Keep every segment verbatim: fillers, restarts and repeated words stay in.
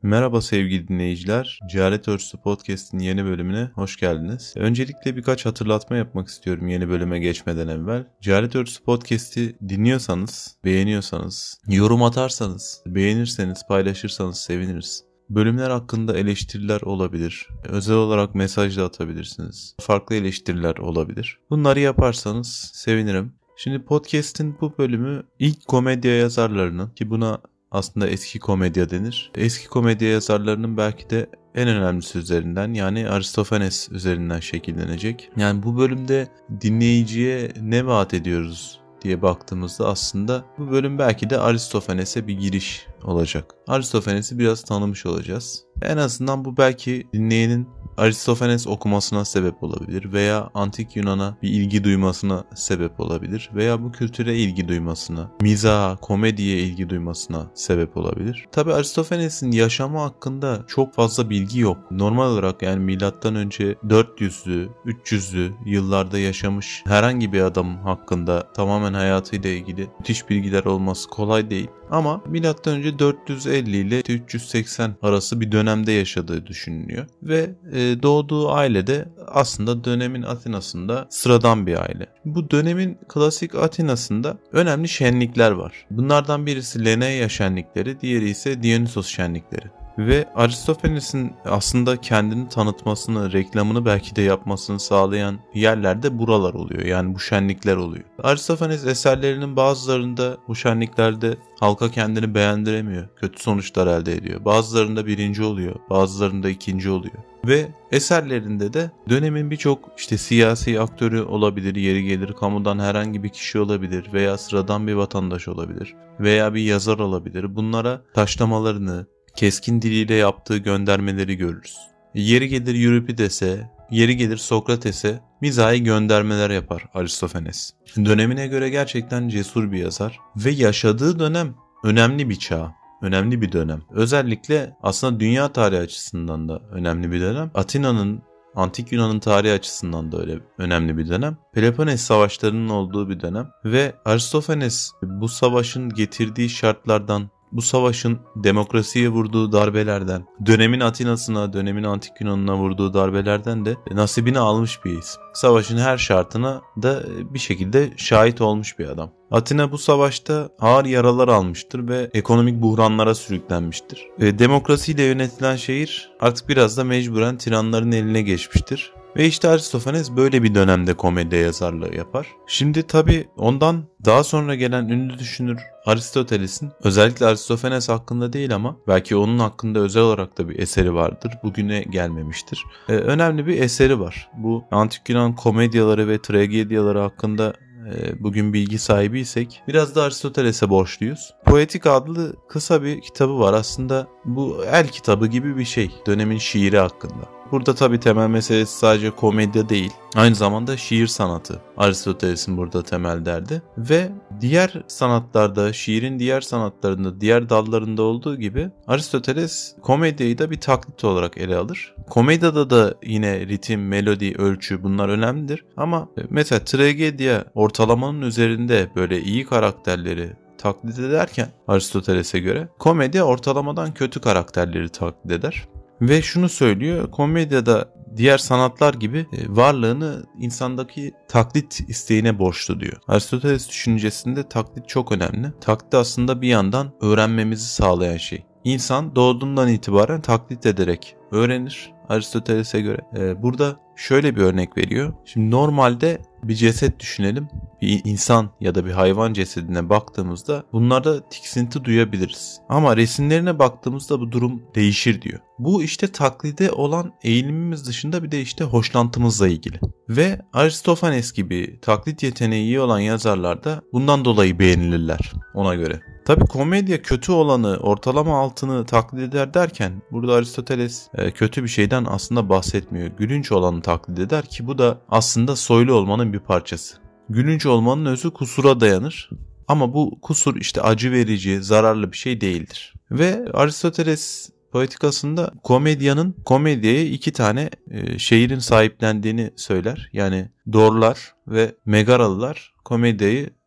Merhaba sevgili dinleyiciler. Cehalet Örtüsü Podcast'in yeni bölümüne hoş geldiniz. Öncelikle birkaç hatırlatma yapmak istiyorum yeni bölüme geçmeden evvel. Cehalet Örtüsü Podcast'i dinliyorsanız, beğeniyorsanız, yorum atarsanız, beğenirseniz, paylaşırsanız seviniriz. Bölümler hakkında eleştiriler olabilir. Özel olarak mesaj da atabilirsiniz. Farklı eleştiriler olabilir. Bunları yaparsanız sevinirim. Şimdi podcast'in bu bölümü ilk komedya yazarlarının, ki buna aslında eski komedya denir. Eski komedya yazarlarının belki de en önemlisi üzerinden, yani Aristofanes üzerinden şekillenecek. Yani bu bölümde dinleyiciye ne vaat ediyoruz diye baktığımızda aslında bu bölüm belki de Aristofanes'e bir giriş olacak. Aristofanes'i biraz tanımış olacağız. En azından bu belki dinleyenin Aristofanes okumasına sebep olabilir veya antik Yunan'a bir ilgi duymasına sebep olabilir veya bu kültüre ilgi duymasına, mizaha, komediye ilgi duymasına sebep olabilir. Tabi Aristofanes'in yaşamı hakkında çok fazla bilgi yok. Normal olarak yani milattan önce dört yüzlü, üç yüzlü yıllarda yaşamış herhangi bir adam hakkında tamamen hayatıyla ilgili müthiş bilgiler olması kolay değil. Ama milattan önce dört yüz elli ile üç yüz seksen arası bir dönemde yaşadığı düşünülüyor ve e, doğduğu aile de aslında dönemin Atina'sında sıradan bir aile. Bu dönemin klasik Atina'sında önemli şenlikler var. Bunlardan birisi Lenaea şenlikleri, diğeri ise Dionysos şenlikleri. Ve Aristofanes'in aslında kendini tanıtmasını, reklamını belki de yapmasını sağlayan yerlerde buralar oluyor. Yani bu şenlikler oluyor. Aristofanes eserlerinin bazılarında bu şenliklerde halka kendini beğendiremiyor. Kötü sonuçlar elde ediyor. Bazılarında birinci oluyor. Bazılarında ikinci oluyor. Ve eserlerinde de dönemin birçok işte siyasi aktörü olabilir, yeri gelir kamudan herhangi bir kişi olabilir veya sıradan bir vatandaş olabilir veya bir yazar olabilir. Bunlara taşlamalarını, keskin diliyle yaptığı göndermeleri görürüz. Yeri gelir Euripides'e, yeri gelir Sokrates'e mizahi göndermeler yapar Aristofanes. Dönemine göre gerçekten cesur bir yazar ve yaşadığı dönem önemli bir çağ, önemli bir dönem. Özellikle aslında dünya tarihi açısından da önemli bir dönem. Atina'nın, Antik Yunan'ın tarihi açısından da öyle önemli bir dönem. Peloponnes savaşlarının olduğu bir dönem ve Aristofanes bu savaşın getirdiği şartlardan, bu savaşın demokrasiye vurduğu darbelerden, dönemin Atina'sına, dönemin Antik Yunan'ına vurduğu darbelerden de nasibini almış bir isim. Savaşın her şartına da bir şekilde şahit olmuş bir adam. Atina bu savaşta ağır yaralar almıştır ve ekonomik buhranlara sürüklenmiştir. E, demokrasiyle yönetilen şehir artık biraz da mecburen tiranların eline geçmiştir. Ve işte Aristofanes böyle bir dönemde komedya yazarlığı yapar. Şimdi tabii ondan daha sonra gelen ünlü düşünür Aristoteles'in, özellikle Aristofanes hakkında değil ama belki onun hakkında özel olarak da bir eseri vardır. Bugüne gelmemiştir. Ee, önemli bir eseri var. Bu Antik Yunan komedyaları ve tragedyaları hakkında e, bugün bilgi sahibiysek biraz da Aristoteles'e borçluyuz. Poetik adlı kısa bir kitabı var. Aslında bu el kitabı gibi bir şey. Dönemin şiiri hakkında. Burada tabii temel meselesi sadece komedya değil, aynı zamanda şiir sanatı. Aristoteles'in burada temel derdi. Ve diğer sanatlarda, şiirin diğer sanatlarında, diğer dallarında olduğu gibi Aristoteles komedyayı da bir taklit olarak ele alır. Komedyada da yine ritim, melodi, ölçü bunlar önemlidir. Ama mesela tragedya ortalamanın üzerinde böyle iyi karakterleri taklit ederken Aristoteles'e göre komedya ortalamadan kötü karakterleri taklit eder. Ve şunu söylüyor, komedyada diğer sanatlar gibi varlığını insandaki taklit isteğine borçlu diyor. Aristoteles düşüncesinde taklit çok önemli. Taklit aslında bir yandan öğrenmemizi sağlayan şey. İnsan doğduğundan itibaren taklit ederek öğrenir Aristoteles'e göre. Ee, burada şöyle bir örnek veriyor. Şimdi normalde bir ceset düşünelim. Bir insan ya da bir hayvan cesedine baktığımızda bunlarda tiksinti duyabiliriz. Ama resimlerine baktığımızda bu durum değişir diyor. Bu işte taklide olan eğilimimiz dışında bir de işte hoşlantımızla ilgili. Ve Aristofanes gibi taklit yeteneği iyi olan yazarlar da bundan dolayı beğenilirler ona göre. Tabii komedya kötü olanı, ortalama altını taklit eder derken burada Aristoteles e, kötü bir şeyden aslında bahsetmiyor. Gülünç olanı taklit eder ki bu da aslında soylu olmanın bir parçası. Gülünç olmanın özü kusura dayanır ama bu kusur işte acı verici, zararlı bir şey değildir. Ve Aristoteles Poetikasında komedyanın komedyaya iki tane e, şehrin sahiplendiğini söyler. Yani Dorlar ve Megaralılar komedyayı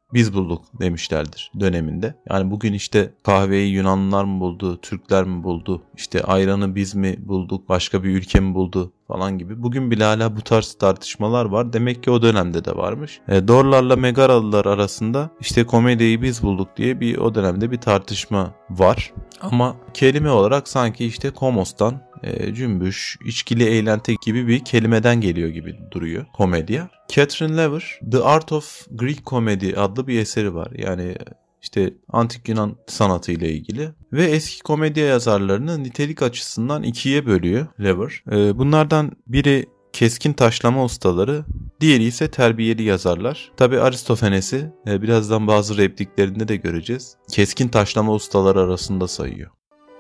biz bulduk demişlerdir döneminde. Yani bugün işte kahveyi Yunanlılar mı buldu, Türkler mi buldu, işte ayranı biz mi bulduk, başka bir ülke mi buldu falan gibi. Bugün bile hala bu tarz tartışmalar var. Demek ki o dönemde de varmış. E, Dorlarla Megaralılar arasında işte komediyi biz bulduk diye bir o dönemde bir tartışma var. Ama kelime olarak sanki işte komostan, e, cümbüş, içkili eğlenti gibi bir kelimeden geliyor gibi duruyor komedya. Catherine Lever, The Art of Greek Comedy adlı bir eseri var. Yani işte antik Yunan sanatı ile ilgili ve eski komedya yazarlarını nitelik açısından ikiye bölüyor Lever. E, bunlardan biri keskin taşlama ustaları, diğeri ise terbiyeli yazarlar. Tabi Aristofanes'i e, birazdan bazı repliklerinde de göreceğiz. Keskin taşlama ustaları arasında sayıyor.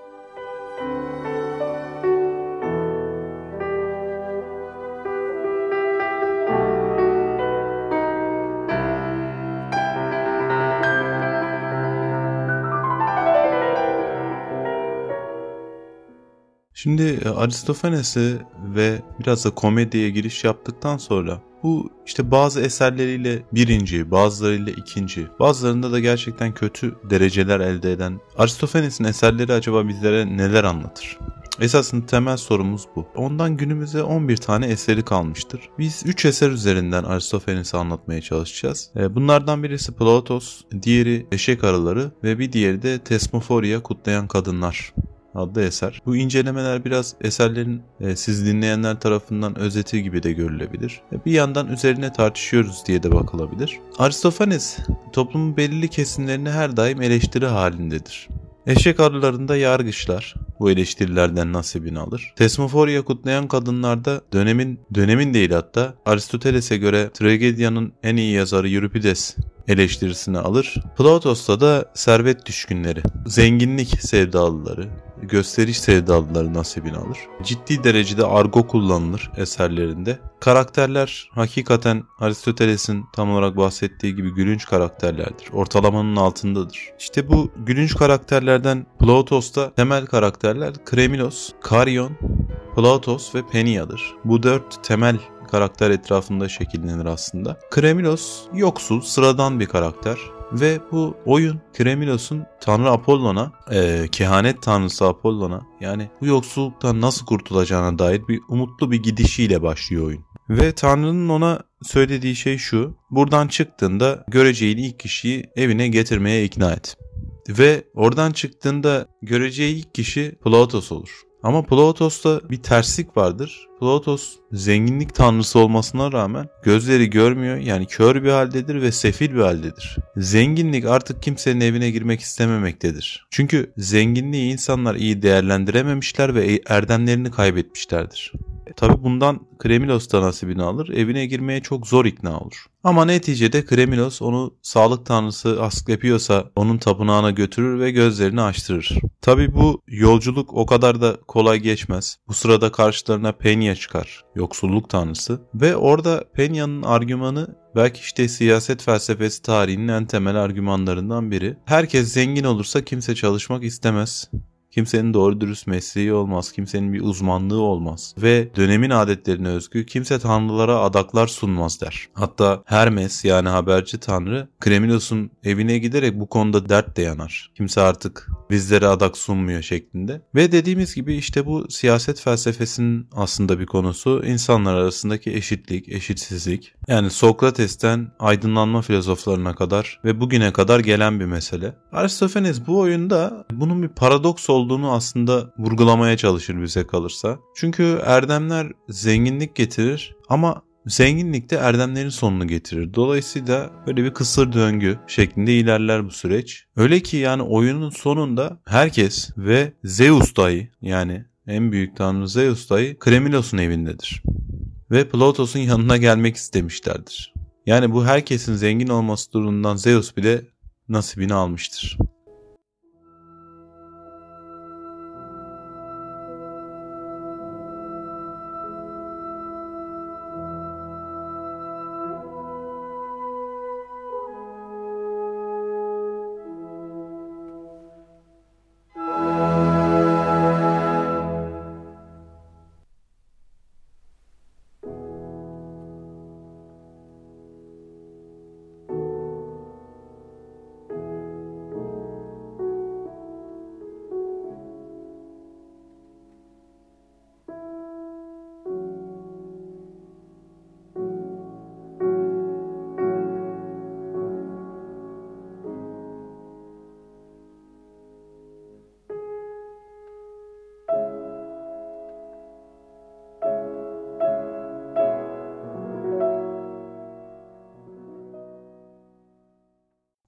Şimdi Aristofanes'i ve biraz da komediye giriş yaptıktan sonra bu işte bazı eserleriyle birinci, bazılarıyla ikinci, bazılarında da gerçekten kötü dereceler elde eden Aristofanes'in eserleri acaba bizlere neler anlatır? Esasında temel sorumuz bu. Ondan günümüze on bir tane eseri kalmıştır. Biz üç eser üzerinden Aristofanes'i anlatmaya çalışacağız. Bunlardan birisi Plautos, diğeri Eşek Arıları ve bir diğeri de Thesmophoria Kutlayan Kadınlar adlı eser. Bu incelemeler biraz eserlerin e, siz dinleyenler tarafından özeti gibi de görülebilir. E, bir yandan üzerine tartışıyoruz diye de bakılabilir. Aristofanes toplumun belirli kesimlerini her daim eleştiri halindedir. Eşek arılarında yargıçlar bu eleştirilerden nasibini alır. Thesmophoria Kutlayan Kadınlarda dönemin dönemin değil hatta Aristoteles'e göre tragedyanın en iyi yazarı Euripides eleştirisini alır. Plautos'ta da servet düşkünleri, zenginlik sevdalıları, gösteriş sevdalıları nasibini alır. Ciddi derecede argo kullanılır eserlerinde. Karakterler hakikaten Aristoteles'in tam olarak bahsettiği gibi gülünç karakterlerdir. Ortalamanın altındadır. İşte bu gülünç karakterlerden Plautos'ta temel karakterler Kremilos, Karyon, Plautos ve Penia'dır. Bu dört temel karakter etrafında şekillenir aslında. Kremilos yoksul, sıradan bir karakter. Ve bu oyun Kremilos'un Tanrı Apollon'a, e, kehanet tanrısı Apollon'a yani bu yoksulluktan nasıl kurtulacağına dair bir umutlu bir gidişiyle başlıyor oyun. Ve Tanrı'nın ona söylediği şey şu: buradan çıktığında göreceğin ilk kişiyi evine getirmeye ikna et. Ve oradan çıktığında göreceği ilk kişi Plautos olur. Ama Plautos'ta bir terslik vardır. Plautos zenginlik tanrısı olmasına rağmen gözleri görmüyor, yani kör bir haldedir ve sefil bir haldedir. Zenginlik artık kimsenin evine girmek istememektedir. Çünkü zenginliği insanlar iyi değerlendirememişler ve erdemlerini kaybetmişlerdir. Tabi bundan Kremilos da nasibini alır, evine girmeye çok zor ikna olur. Ama neticede Kremilos onu sağlık tanrısı Asklepios'a onun tapınağına götürür ve gözlerini açtırır. Tabi bu yolculuk o kadar da kolay geçmez. Bu sırada karşılarına Penia çıkar, yoksulluk tanrısı. Ve orada Penia'nın argümanı belki işte siyaset felsefesi tarihinin en temel argümanlarından biri. Herkes zengin olursa kimse çalışmak istemez. Kimsenin doğru dürüst mesleği olmaz, kimsenin bir uzmanlığı olmaz ve dönemin adetlerine özgü kimse tanrılara adaklar sunmaz der. Hatta Hermes yani haberci tanrı Kremilos'un evine giderek bu konuda dert de yanar. Kimse artık bizlere adak sunmuyor şeklinde. Ve dediğimiz gibi işte bu siyaset felsefesinin aslında bir konusu insanlar arasındaki eşitlik, eşitsizlik. Yani Sokrates'ten aydınlanma filozoflarına kadar ve bugüne kadar gelen bir mesele. Aristofanes bu oyunda bunun bir paradoks olduğunu aslında vurgulamaya çalışır bize kalırsa. Çünkü erdemler zenginlik getirir ama zenginlik de erdemlerin sonunu getirir. Dolayısıyla böyle bir kısır döngü şeklinde ilerler bu süreç. Öyle ki yani oyunun sonunda herkes ve Zeus dahi, yani en büyük tanrı Zeus dahi Kremilos'un evindedir. Ve Plautos'un yanına gelmek istemişlerdir. Yani bu herkesin zengin olması durumundan Zeus bile nasibini almıştır.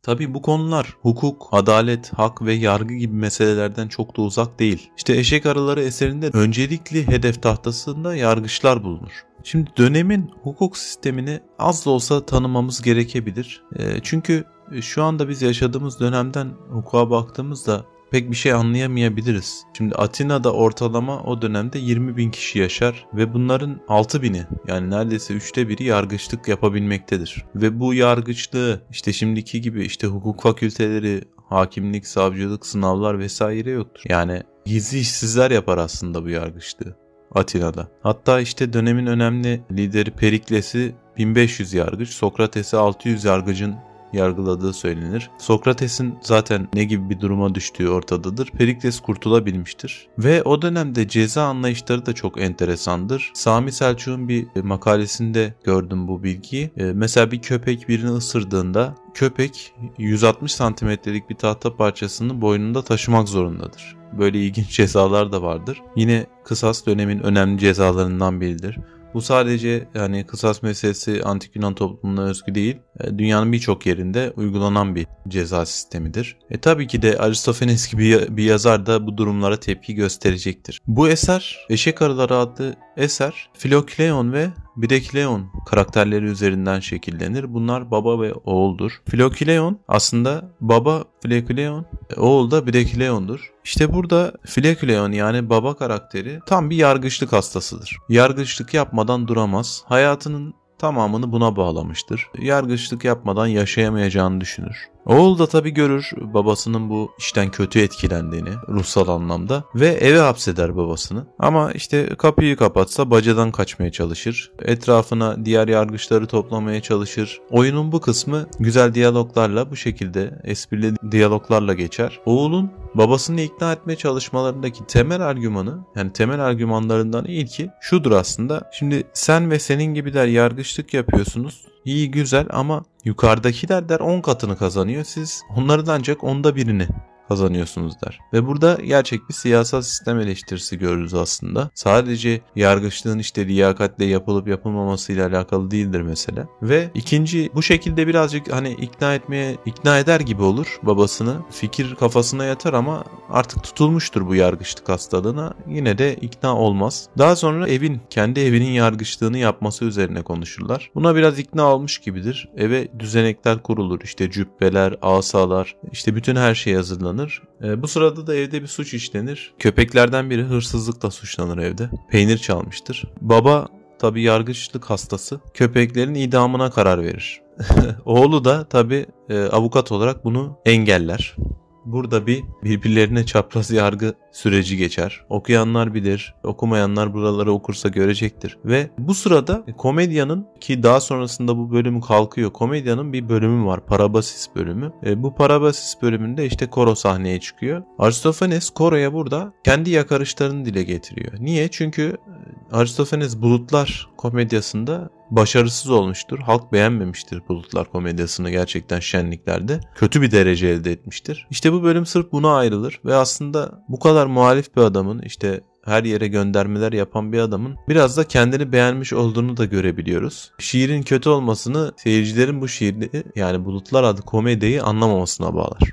Tabii bu konular hukuk, adalet, hak ve yargı gibi meselelerden çok da uzak değil. İşte Eşek Arıları eserinde öncelikli hedef tahtasında yargıçlar bulunur. Şimdi dönemin hukuk sistemini az da olsa tanımamız gerekebilir. E, çünkü şu anda biz yaşadığımız dönemden hukuka baktığımızda pek bir şey anlayamayabiliriz. Şimdi Atina'da ortalama o dönemde yirmi bin kişi yaşar ve bunların altı bini, yani neredeyse üçte biri yargıçlık yapabilmektedir. Ve bu yargıçlığı işte şimdiki gibi işte hukuk fakülteleri, hakimlik, savcılık, sınavlar vesaire yoktur. Yani gizli işsizler yapar aslında bu yargıçlığı Atina'da. Hatta işte dönemin önemli lideri Perikles'i bin beş yüz yargıç, Sokrates'i altı yüz yargıcın yargıladığı söylenir. Sokrates'in zaten ne gibi bir duruma düştüğü ortadadır. Perikles kurtulabilmiştir. Ve o dönemde ceza anlayışları da çok enteresandır. Sami Selçuk'un bir makalesinde gördüm bu bilgiyi. Mesela bir köpek birini ısırdığında köpek yüz altmış santimetrelik bir tahta parçasını boynunda taşımak zorundadır. Böyle ilginç cezalar da vardır. Yine kısas dönemin önemli cezalarından biridir. Bu sadece yani kısas meselesi antik Yunan toplumuna özgü değil, dünyanın birçok yerinde uygulanan bir ceza sistemidir. E tabii ki de Aristofanes gibi bir yazar da bu durumlara tepki gösterecektir. Bu eser, Eşek Arıları adlı eser, Filokleon ve Brekleon karakterleri üzerinden şekillenir. Bunlar baba ve oğuldur. Filokleon aslında baba Filokleon, oğul da Brekleon'dur. İşte burada Filokleon yani baba karakteri tam bir yargıçlık hastasıdır. Yargıçlık yapmadan duramaz. Hayatının tamamını buna bağlamıştır. Yargıçlık yapmadan yaşayamayacağını düşünür. Oğul da tabii görür babasının bu işten kötü etkilendiğini ruhsal anlamda ve eve hapseder babasını. Ama işte kapıyı kapatsa bacadan kaçmaya çalışır. Etrafına diğer yargıçları toplamaya çalışır. Oyunun bu kısmı güzel diyaloglarla, bu şekilde esprili diyaloglarla geçer. Oğulun babasını ikna etme çalışmalarındaki temel argümanı, yani temel argümanlarından ilki şudur aslında. Şimdi sen ve senin gibiler yargıçlık yapıyorsunuz. İyi güzel ama yukarıdakiler der on katını kazanıyor. Siz onların ancak onda birini kazanıyorsunuz der. Ve burada gerçek bir siyasal sistem eleştirisi görürüz aslında. Sadece yargıçlığın işte liyakatle yapılıp yapılmamasıyla alakalı değildir mesela. Ve ikinci, bu şekilde birazcık hani ikna etmeye ikna eder gibi olur babasını. Fikir kafasına yatar ama artık tutulmuştur bu yargıçlık hastalığına. Yine de ikna olmaz. Daha sonra evin, kendi evinin yargıçlığını yapması üzerine konuşurlar. Buna biraz ikna olmuş gibidir. Eve düzenekler kurulur. İşte cübbeler, asalar, işte bütün her şey hazırlanır. E, bu sırada da evde bir suç işlenir. Köpeklerden biri hırsızlıkla suçlanır evde. Peynir çalmıştır. Baba tabii yargıçlık hastası. Köpeklerin idamına karar verir. Oğlu da tabii e, avukat olarak bunu engeller. Burada bir birbirlerine çapraz yargı süreci geçer. Okuyanlar bilir, okumayanlar buraları okursa görecektir. Ve bu sırada komedyanın, ki daha sonrasında bu bölümü kalkıyor, komedyanın bir bölümü var, Parabasis bölümü. E, bu Parabasis bölümünde işte koro sahneye çıkıyor. Aristofanes koroya burada kendi yakarışlarını dile getiriyor. Niye? Çünkü Aristofanes Bulutlar komedyasında başarısız olmuştur. Halk beğenmemiştir Bulutlar komedyasını gerçekten şenliklerde. Kötü bir derece elde etmiştir. İşte bu bölüm sırf buna ayrılır ve aslında bu kadar muhalif bir adamın, işte her yere göndermeler yapan bir adamın biraz da kendini beğenmiş olduğunu da görebiliyoruz. Şiirin kötü olmasını seyircilerin bu şiiri, yani Bulutlar adlı komediyi anlamamasına bağlar.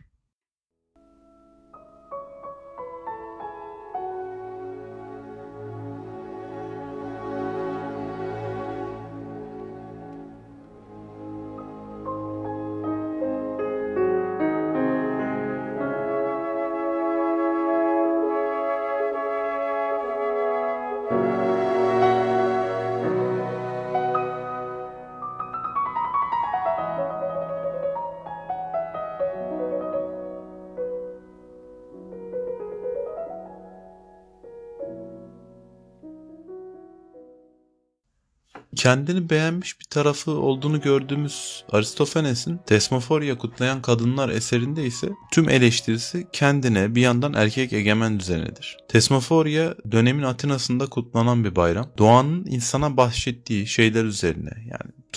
Kendini beğenmiş bir tarafı olduğunu gördüğümüz Aristofanes'in Tesmoforia Kutlayan Kadınlar eserinde ise tüm eleştirisi kendine, bir yandan erkek egemen düzenedir. Tesmoforia dönemin Atina'sında kutlanan bir bayram. Doğanın insana bahşettiği şeyler üzerine, yani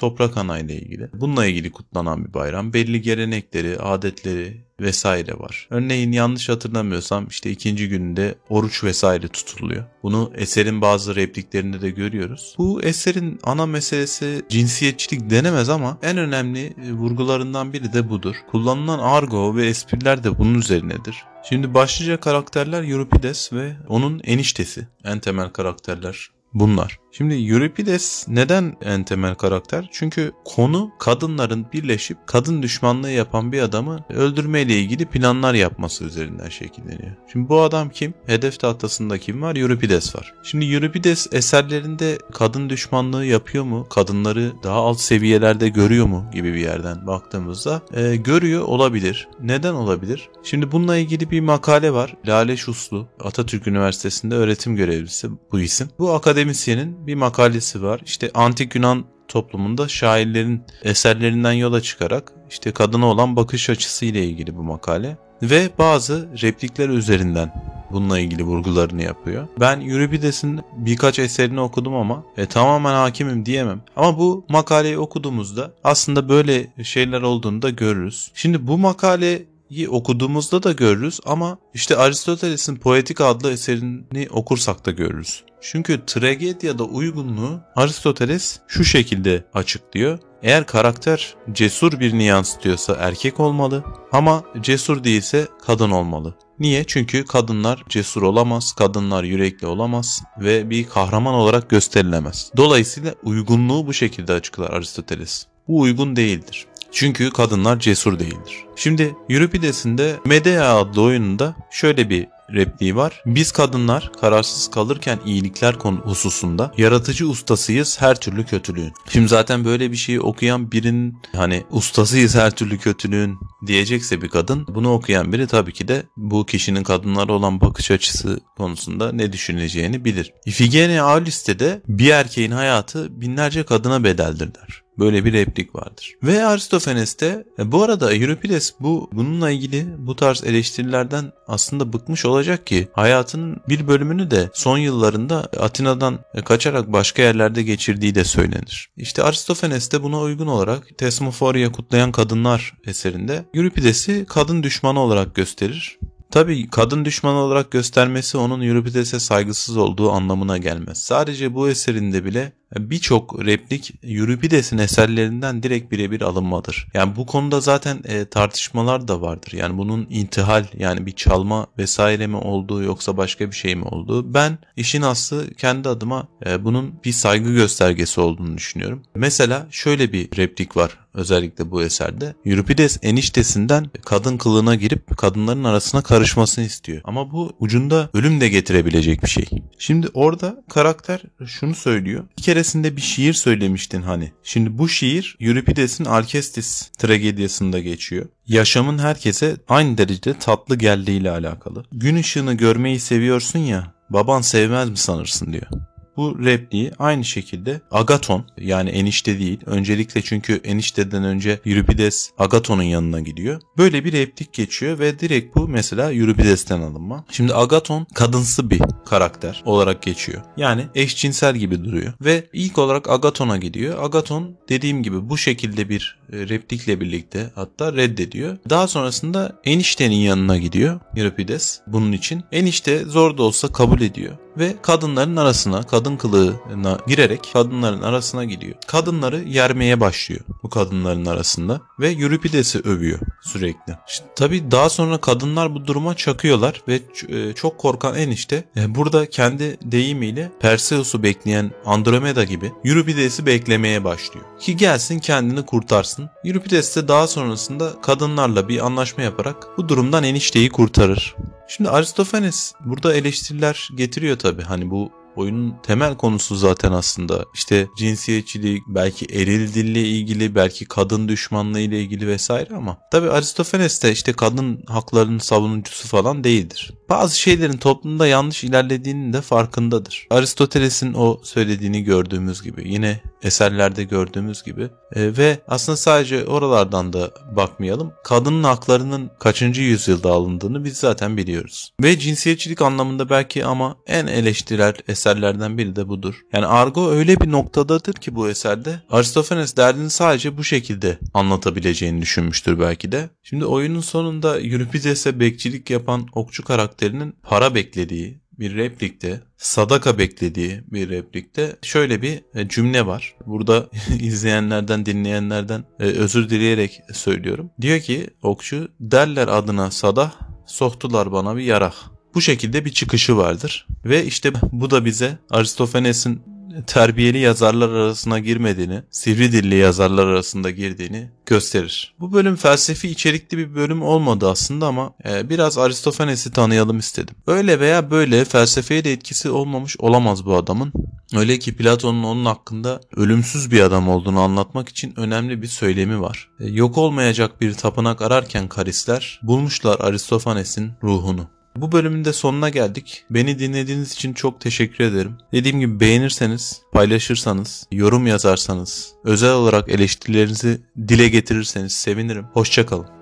toprak ana ile ilgili. Bununla ilgili kutlanan bir bayram. Belli gelenekleri, adetleri vesaire var. Örneğin yanlış hatırlamıyorsam işte ikinci gününde oruç vesaire tutuluyor. Bunu eserin bazı repliklerinde de görüyoruz. Bu eserin ana meselesi cinsiyetçilik denemez ama en önemli vurgularından biri de budur. Kullanılan argo ve espriler de bunun üzerinedir. Şimdi başlıca karakterler Euripides ve onun eniştesi. En temel karakterler bunlar. Şimdi Euripides neden en temel karakter? Çünkü konu kadınların birleşip kadın düşmanlığı yapan bir adamı öldürmeyle ilgili planlar yapması üzerinden şekilleniyor. Şimdi bu adam kim? Hedef tahtasında kim var? Euripides var. Şimdi Euripides eserlerinde kadın düşmanlığı yapıyor mu? Kadınları daha alt seviyelerde görüyor mu gibi bir yerden baktığımızda e, görüyor olabilir. Neden olabilir? Şimdi bununla ilgili bir makale var. Lale Şuslu, Atatürk Üniversitesi'nde öğretim görevlisi bu isim. Bu akademisyenin bir makalesi var. İşte antik Yunan toplumunda şairlerin eserlerinden yola çıkarak işte kadına olan bakış açısı ile ilgili bu makale ve bazı replikler üzerinden bununla ilgili vurgularını yapıyor. Ben Euripides'in birkaç eserini okudum ama e, tamamen hakimim diyemem. Ama bu makaleyi okuduğumuzda aslında böyle şeyler olduğunu da görürüz. Şimdi bu makale okuduğumuzda da görürüz ama işte Aristoteles'in Poetik adlı eserini okursak da görürüz. Çünkü tragedyada uygunluğu Aristoteles şu şekilde açıklıyor. Eğer karakter cesur birini yansıtıyorsa erkek olmalı ama cesur değilse kadın olmalı. Niye? Çünkü kadınlar cesur olamaz, kadınlar yürekli olamaz ve bir kahraman olarak gösterilemez. Dolayısıyla uygunluğu bu şekilde açıklar Aristoteles. Bu uygun değildir. Çünkü kadınlar cesur değildir. Şimdi Euripides'in de Medea adlı oyununda şöyle bir repliği var. Biz kadınlar kararsız kalırken iyilikler konu hususunda yaratıcı ustasıyız her türlü kötülüğün. Şimdi zaten böyle bir şeyi okuyan birinin hani ustasıyız her türlü kötülüğün diyecekse bir kadın, bunu okuyan biri tabii ki de bu kişinin kadınlara olan bakış açısı konusunda ne düşüneceğini bilir. İfigenia Aulis'te de bir erkeğin hayatı binlerce kadına bedeldir der. Böyle bir replik vardır. Ve Aristofanes'te e, bu arada Euripides bu bununla ilgili bu tarz eleştirilerden aslında bıkmış olacak ki hayatının bir bölümünü de son yıllarında Atina'dan e, kaçarak başka yerlerde geçirdiği de söylenir. İşte Aristofanes de buna uygun olarak Thesmophoria Kutlayan Kadınlar eserinde Euripides'i kadın düşmanı olarak gösterir. Tabii kadın düşmanı olarak göstermesi onun Euripides'e saygısız olduğu anlamına gelmez. Sadece bu eserinde bile birçok replik Euripides'in eserlerinden direkt birebir alınmadır. Yani bu konuda zaten e, tartışmalar da vardır. Yani bunun intihal, yani bir çalma vesaire mi olduğu yoksa başka bir şey mi olduğu. Ben işin aslı kendi adıma e, bunun bir saygı göstergesi olduğunu düşünüyorum. Mesela şöyle bir replik var özellikle bu eserde. Euripides eniştesinden kadın kılığına girip kadınların arasına karışmasını istiyor. Ama bu ucunda ölüm de getirebilecek bir şey. Şimdi orada karakter şunu söylüyor. Bir keresinde bir şiir söylemiştin hani. Şimdi bu şiir Euripides'in Alcestis tragediyasında geçiyor. Yaşamın herkese aynı derecede tatlı geldiğiyle alakalı. Gün ışığını görmeyi seviyorsun ya, baban sevmez mi sanırsın diyor. Bu repliği aynı şekilde Agaton, yani enişte değil, öncelikle çünkü enişteden önce Euripides Agaton'un yanına gidiyor. Böyle bir replik geçiyor ve direkt bu mesela Euripides'ten alınma. Şimdi Agaton kadınsı bir karakter olarak geçiyor. Yani eşcinsel gibi duruyor ve ilk olarak Agaton'a gidiyor. Agaton dediğim gibi bu şekilde bir replikle birlikte hatta reddediyor. Daha sonrasında eniştenin yanına gidiyor Euripides bunun için. Enişte zor da olsa kabul ediyor. Ve kadınların arasına, kadın kılığına girerek kadınların arasına gidiyor. Kadınları yermeye başlıyor bu kadınların arasında ve Euripides'i övüyor sürekli. İşte, tabii daha sonra kadınlar bu duruma çakıyorlar ve çok korkan enişte burada kendi deyimiyle Perseus'u bekleyen Andromeda gibi Euripides'i beklemeye başlıyor. Ki gelsin kendini kurtarsın. Euripides de daha sonrasında kadınlarla bir anlaşma yaparak bu durumdan enişteyi kurtarır. Şimdi Aristofanes burada eleştiriler getiriyor tabii. Hani bu oyunun temel konusu zaten aslında işte cinsiyetçilik, belki eril dille ilgili, belki kadın düşmanlığı ile ilgili vesaire ama tabii Aristofanes de işte kadın haklarının savunucusu falan değildir. Bazı şeylerin toplumda yanlış ilerlediğinin de farkındadır. Aristoteles'in o söylediğini gördüğümüz gibi, yine eserlerde gördüğümüz gibi e, ve aslında sadece oralardan da bakmayalım. Kadının haklarının kaçıncı yüzyılda alındığını biz zaten biliyoruz. Ve cinsiyetçilik anlamında belki ama en eleştirel eser eserlerden biri de budur. Yani argo öyle bir noktadadır ki bu eserde Aristofanes derdini sadece bu şekilde anlatabileceğini düşünmüştür belki de. Şimdi oyunun sonunda Euripides'e bekçilik yapan okçu karakterinin para beklediği bir replikte, sadaka beklediği bir replikte şöyle bir cümle var. Burada izleyenlerden, dinleyenlerden özür dileyerek söylüyorum. Diyor ki okçu, derler adına sadah, soktular bana bir yarak. Bu şekilde bir çıkışı vardır. Ve işte bu da bize Aristofanes'in terbiyeli yazarlar arasına girmediğini, sivri dilli yazarlar arasında girdiğini gösterir. Bu bölüm felsefi içerikli bir bölüm olmadı aslında ama e, biraz Aristofanes'i tanıyalım istedim. Öyle veya böyle felsefeye de etkisi olmamış olamaz bu adamın. Öyle ki Platon'un onun hakkında ölümsüz bir adam olduğunu anlatmak için önemli bir söylemi var. E, yok olmayacak bir tapınak ararken Karisler bulmuşlar Aristofanes'in ruhunu. Bu bölümün de sonuna geldik. Beni dinlediğiniz için çok teşekkür ederim. Dediğim gibi beğenirseniz, paylaşırsanız, yorum yazarsanız, özel olarak eleştirilerinizi dile getirirseniz sevinirim. Hoşça kalın.